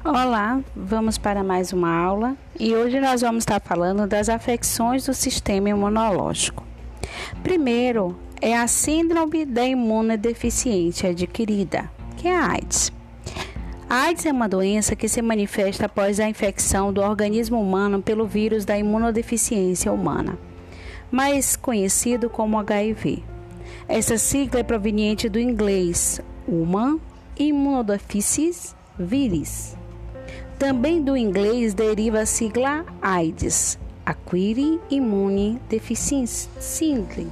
Olá, vamos para mais uma aula e hoje nós vamos estar falando das afecções do sistema imunológico. Primeiro é a síndrome da imunodeficiência adquirida, que é a AIDS. A AIDS é uma doença que se manifesta após a infecção do organismo humano pelo vírus da imunodeficiência humana, mais conhecido como HIV. Essa sigla é proveniente do inglês Human Immunodeficiency Virus. Também do inglês deriva a sigla AIDS, Acquired Immune Deficiency Syndrome,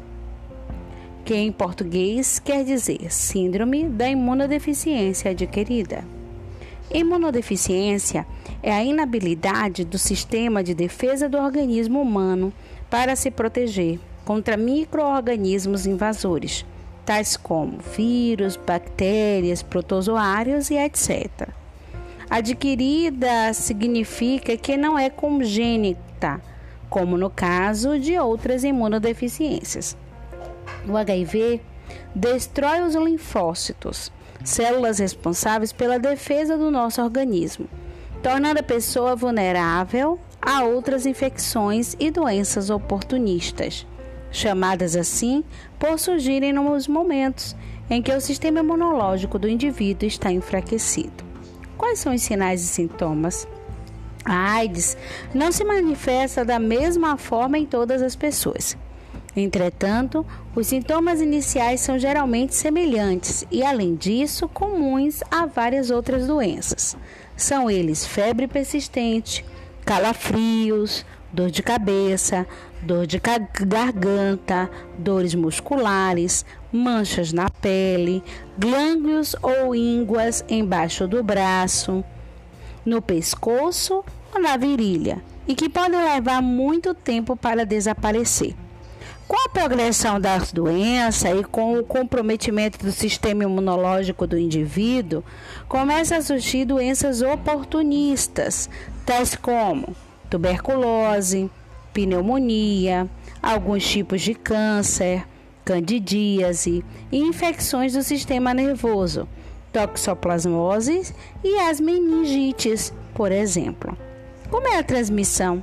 que em português quer dizer Síndrome da Imunodeficiência Adquirida. Imunodeficiência é a inabilidade do sistema de defesa do organismo humano para se proteger contra micro-organismos invasores, tais como vírus, bactérias, protozoários e etc. Adquirida significa que não é congênita, como no caso de outras imunodeficiências. O HIV destrói os linfócitos, células responsáveis pela defesa do nosso organismo, tornando a pessoa vulnerável a outras infecções e doenças oportunistas, chamadas assim por surgirem nos momentos em que o sistema imunológico do indivíduo está enfraquecido. Quais são os sinais e sintomas? A AIDS não se manifesta da mesma forma em todas as pessoas. Entretanto, os sintomas iniciais são geralmente semelhantes e, além disso, comuns a várias outras doenças. São eles febre persistente, calafrios, dor de cabeça, dor de garganta, dores musculares, manchas na pele, glândulos ou ínguas embaixo do braço, no pescoço ou na virilha, e que podem levar muito tempo para desaparecer. Com a progressão da doença e com o comprometimento do sistema imunológico do indivíduo, começa a surgir doenças oportunistas, tais como tuberculose, pneumonia, alguns tipos de câncer, candidíase e infecções do sistema nervoso, toxoplasmose e as meningites, por exemplo. Como é a transmissão?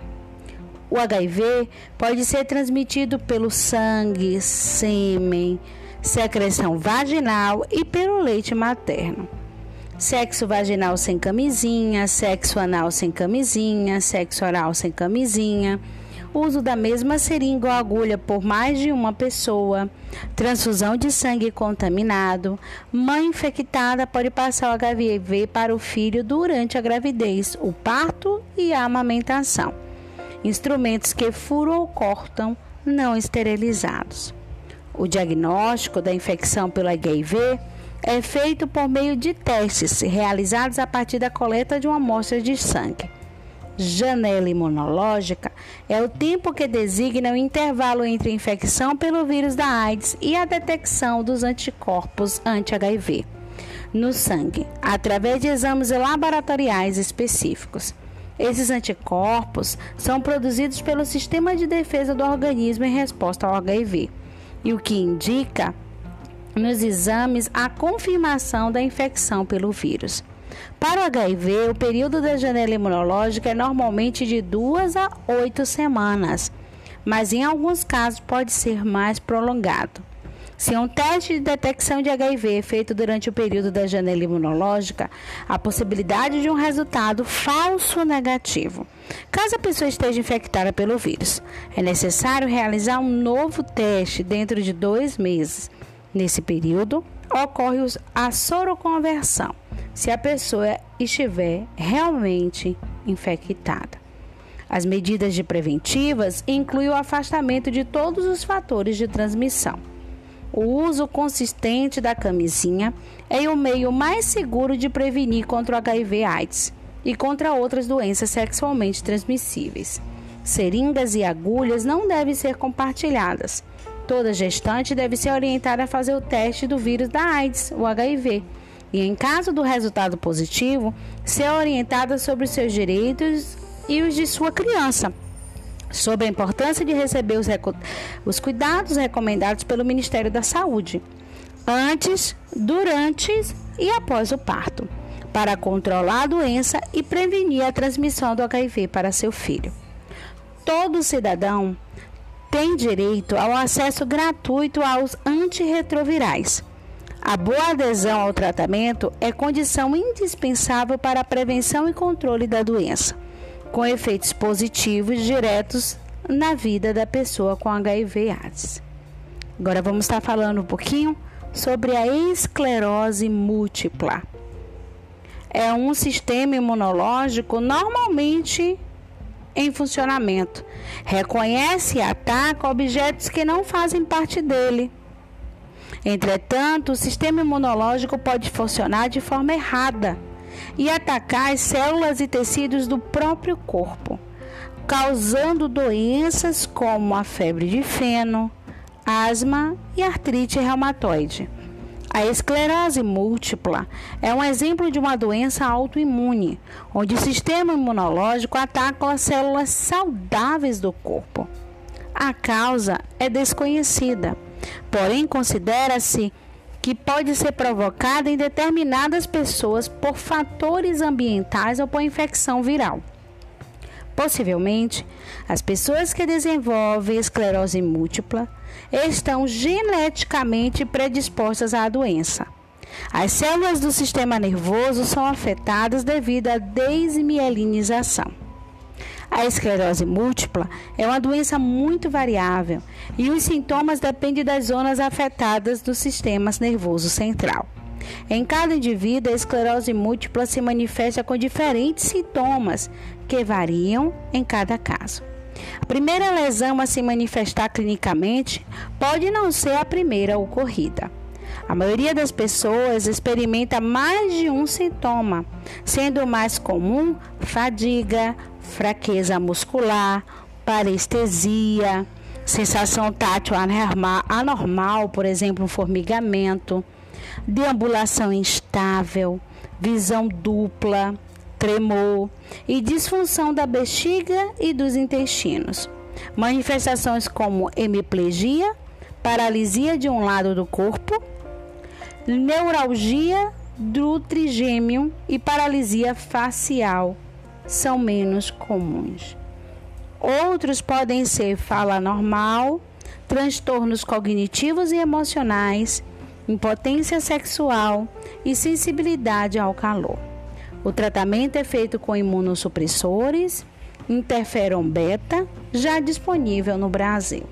O HIV pode ser transmitido pelo sangue, sêmen, secreção vaginal e pelo leite materno. Sexo vaginal sem camisinha, sexo anal sem camisinha, sexo oral sem camisinha, uso da mesma seringa ou agulha por mais de uma pessoa, transfusão de sangue contaminado, mãe infectada pode passar o HIV para o filho durante a gravidez, o parto e a amamentação. Instrumentos que furam ou cortam não esterilizados. O diagnóstico da infecção pelo HIV é feito por meio de testes realizados a partir da coleta de uma amostra de sangue. Janela imunológica é o tempo que designa o intervalo entre a infecção pelo vírus da AIDS e a detecção dos anticorpos anti-HIV no sangue, através de exames laboratoriais específicos. Esses anticorpos são produzidos pelo sistema de defesa do organismo em resposta ao HIV, e o que indica nos exames a confirmação da infecção pelo vírus. Para o HIV, o período da janela imunológica é normalmente de 2 a 8 semanas, mas em alguns casos pode ser mais prolongado. Se um teste de detecção de HIV é feito durante o período da janela imunológica, há possibilidade de um resultado falso negativo. Caso a pessoa esteja infectada pelo vírus, é necessário realizar um novo teste dentro de 2 meses. Nesse período, ocorre a soroconversão, se a pessoa estiver realmente infectada. As medidas preventivas incluem o afastamento de todos os fatores de transmissão. O uso consistente da camisinha é o meio mais seguro de prevenir contra o HIV/AIDS e contra outras doenças sexualmente transmissíveis. Seringas e agulhas não devem ser compartilhadas. Toda gestante deve ser orientada a fazer o teste do vírus da AIDS, o HIV, e em caso do resultado positivo, ser orientada sobre os seus direitos e os de sua criança, sobre a importância de receber os cuidados recomendados pelo Ministério da Saúde, antes, durante e após o parto. para controlar a doença e prevenir a transmissão do HIV para seu filho. Todo cidadão tem direito ao acesso gratuito aos antirretrovirais. A boa adesão ao tratamento é condição indispensável para a prevenção e controle da doença, com efeitos positivos diretos na vida da pessoa com HIV/AIDS. Agora vamos estar falando um pouquinho sobre a esclerose múltipla. É um sistema imunológico normalmente em funcionamento. Reconhece e ataca objetos que não fazem parte dele. Entretanto, o sistema imunológico pode funcionar de forma errada e atacar as células e tecidos do próprio corpo, causando doenças como a febre de feno, asma e artrite reumatoide. A esclerose múltipla é um exemplo de uma doença autoimune, onde o sistema imunológico ataca as células saudáveis do corpo. A causa é desconhecida, porém considera-se que pode ser provocada em determinadas pessoas por fatores ambientais ou por infecção viral. Possivelmente, as pessoas que desenvolvem esclerose múltipla estão geneticamente predispostas à doença. As células do sistema nervoso são afetadas devido à desmielinização. A esclerose múltipla é uma doença muito variável e os sintomas dependem das zonas afetadas do sistema nervoso central. Em cada indivíduo, a esclerose múltipla se manifesta com diferentes sintomas que variam em cada caso. A primeira lesão a se manifestar clinicamente pode não ser a primeira ocorrida. A maioria das pessoas experimenta mais de um sintoma, sendo o mais comum fadiga, fraqueza muscular, parestesia, sensação tátil anormal, por exemplo, um formigamento, deambulação instável, visão dupla, tremor e disfunção da bexiga e dos intestinos. Manifestações como hemiplegia, paralisia de um lado do corpo, neuralgia do trigêmeo e paralisia facial são menos comuns. Outros podem ser fala normal, transtornos cognitivos e emocionais, impotência sexual e sensibilidade ao calor. O tratamento é feito com imunossupressores, interferon beta, já disponível no Brasil.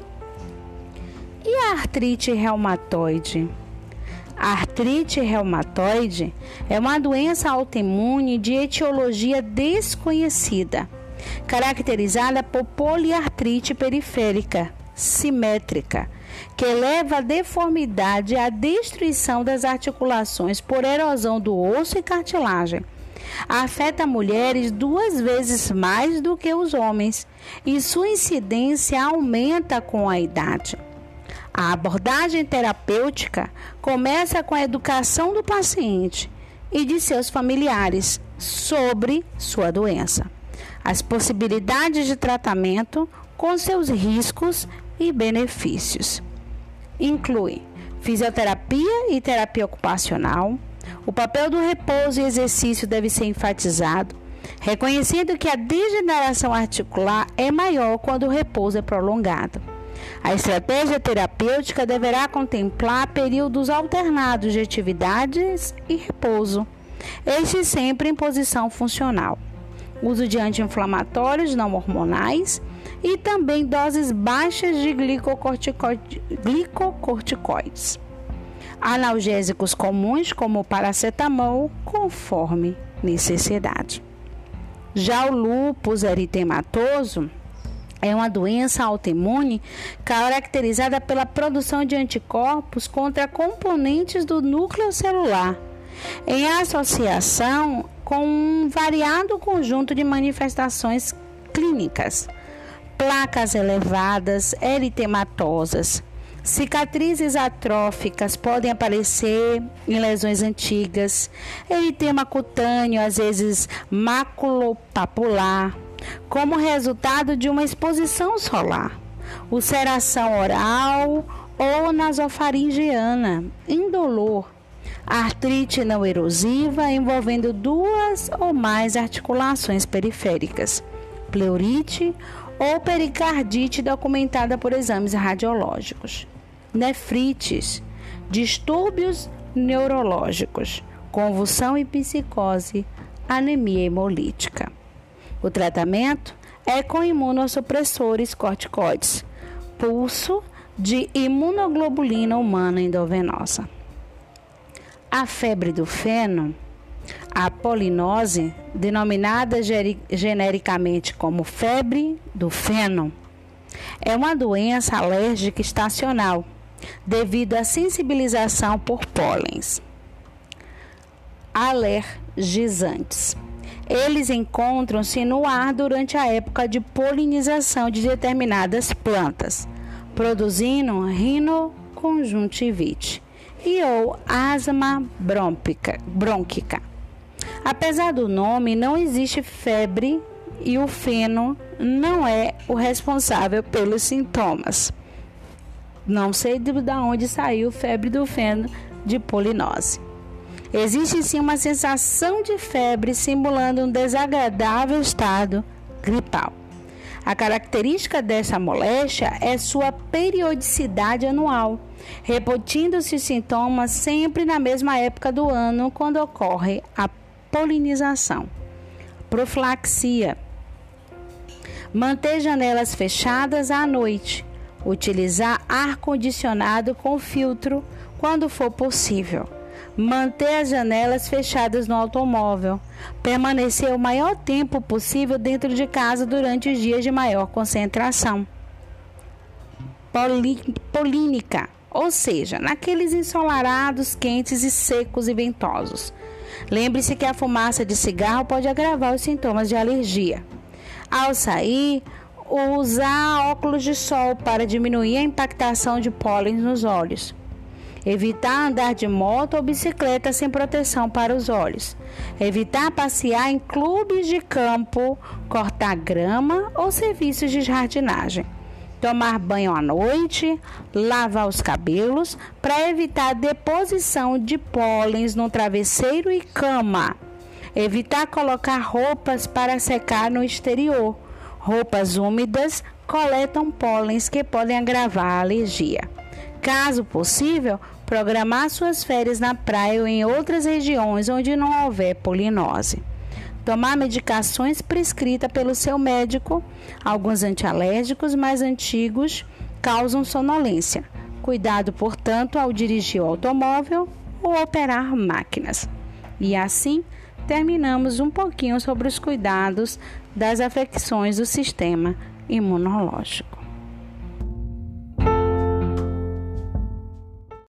E a artrite reumatoide? A artrite reumatoide é uma doença autoimune de etiologia desconhecida, caracterizada por poliartrite periférica, simétrica, que leva à deformidade e à destruição das articulações por erosão do osso e cartilagem. Afeta mulheres 2 vezes mais do que os homens e sua incidência aumenta com a idade. A abordagem terapêutica começa com a educação do paciente e de seus familiares sobre sua doença, as possibilidades de tratamento com seus riscos e benefícios. Inclui fisioterapia e terapia ocupacional. O papel do repouso e exercício deve ser enfatizado, reconhecendo que a degeneração articular é maior quando o repouso é prolongado. A estratégia terapêutica deverá contemplar períodos alternados de atividades e repouso, este sempre em posição funcional. Uso de anti-inflamatórios não hormonais e também doses baixas de glicocorticoides. Analgésicos comuns como o paracetamol, conforme necessidade. Já o lúpus eritematoso é uma doença autoimune caracterizada pela produção de anticorpos contra componentes do núcleo celular, em associação com um variado conjunto de manifestações clínicas, placas elevadas, eritematosas. Cicatrizes atróficas podem aparecer em lesões antigas, eritema cutâneo, às vezes maculopapular, como resultado de uma exposição solar, ulceração oral ou nasofaringiana, indolor, artrite não erosiva envolvendo 2 ou mais articulações periféricas, pleurite ou pericardite documentada por exames radiológicos, nefrites, distúrbios neurológicos, convulsão e psicose, anemia hemolítica. O tratamento é com imunossupressores corticoides, pulso de imunoglobulina humana endovenosa. A febre do feno, a polinose, denominada genericamente como febre do feno, é uma doença alérgica estacional devido à sensibilização por pólens alergizantes. Eles encontram-se no ar durante a época de polinização de determinadas plantas, produzindo rinoconjuntivite ou asma brônquica. Apesar do nome, não existe febre e o feno não é o responsável pelos sintomas. Não sei de onde saiu febre do feno de polinose. Existe sim uma sensação de febre simulando um desagradável estado gripal. A característica dessa moléstia é sua periodicidade anual, repetindo-se os sintomas sempre na mesma época do ano quando ocorre a polinização. Profilaxia. Manter janelas fechadas à noite. Utilizar ar-condicionado com filtro quando for possível. Manter as janelas fechadas no automóvel. Permanecer o maior tempo possível dentro de casa durante os dias de maior concentração. Polínica, ou seja, naqueles ensolarados, quentes e secos e ventosos. Lembre-se que a fumaça de cigarro pode agravar os sintomas de alergia. Ao sair, usar óculos de sol para diminuir a impactação de pólen nos olhos. Evitar andar de moto ou bicicleta sem proteção para os olhos. Evitar passear em clubes de campo, cortar grama ou serviços de jardinagem. Tomar banho à noite, lavar os cabelos para evitar a deposição de pólens no travesseiro e cama. Evitar colocar roupas para secar no exterior. Roupas úmidas coletam pólens que podem agravar a alergia. Caso possível, programar suas férias na praia ou em outras regiões onde não houver polinose. Tomar medicações prescritas pelo seu médico. Alguns antialérgicos mais antigos causam sonolência. Cuidado, portanto, ao dirigir o automóvel ou operar máquinas. E assim, terminamos um pouquinho sobre os cuidados das afecções do sistema imunológico.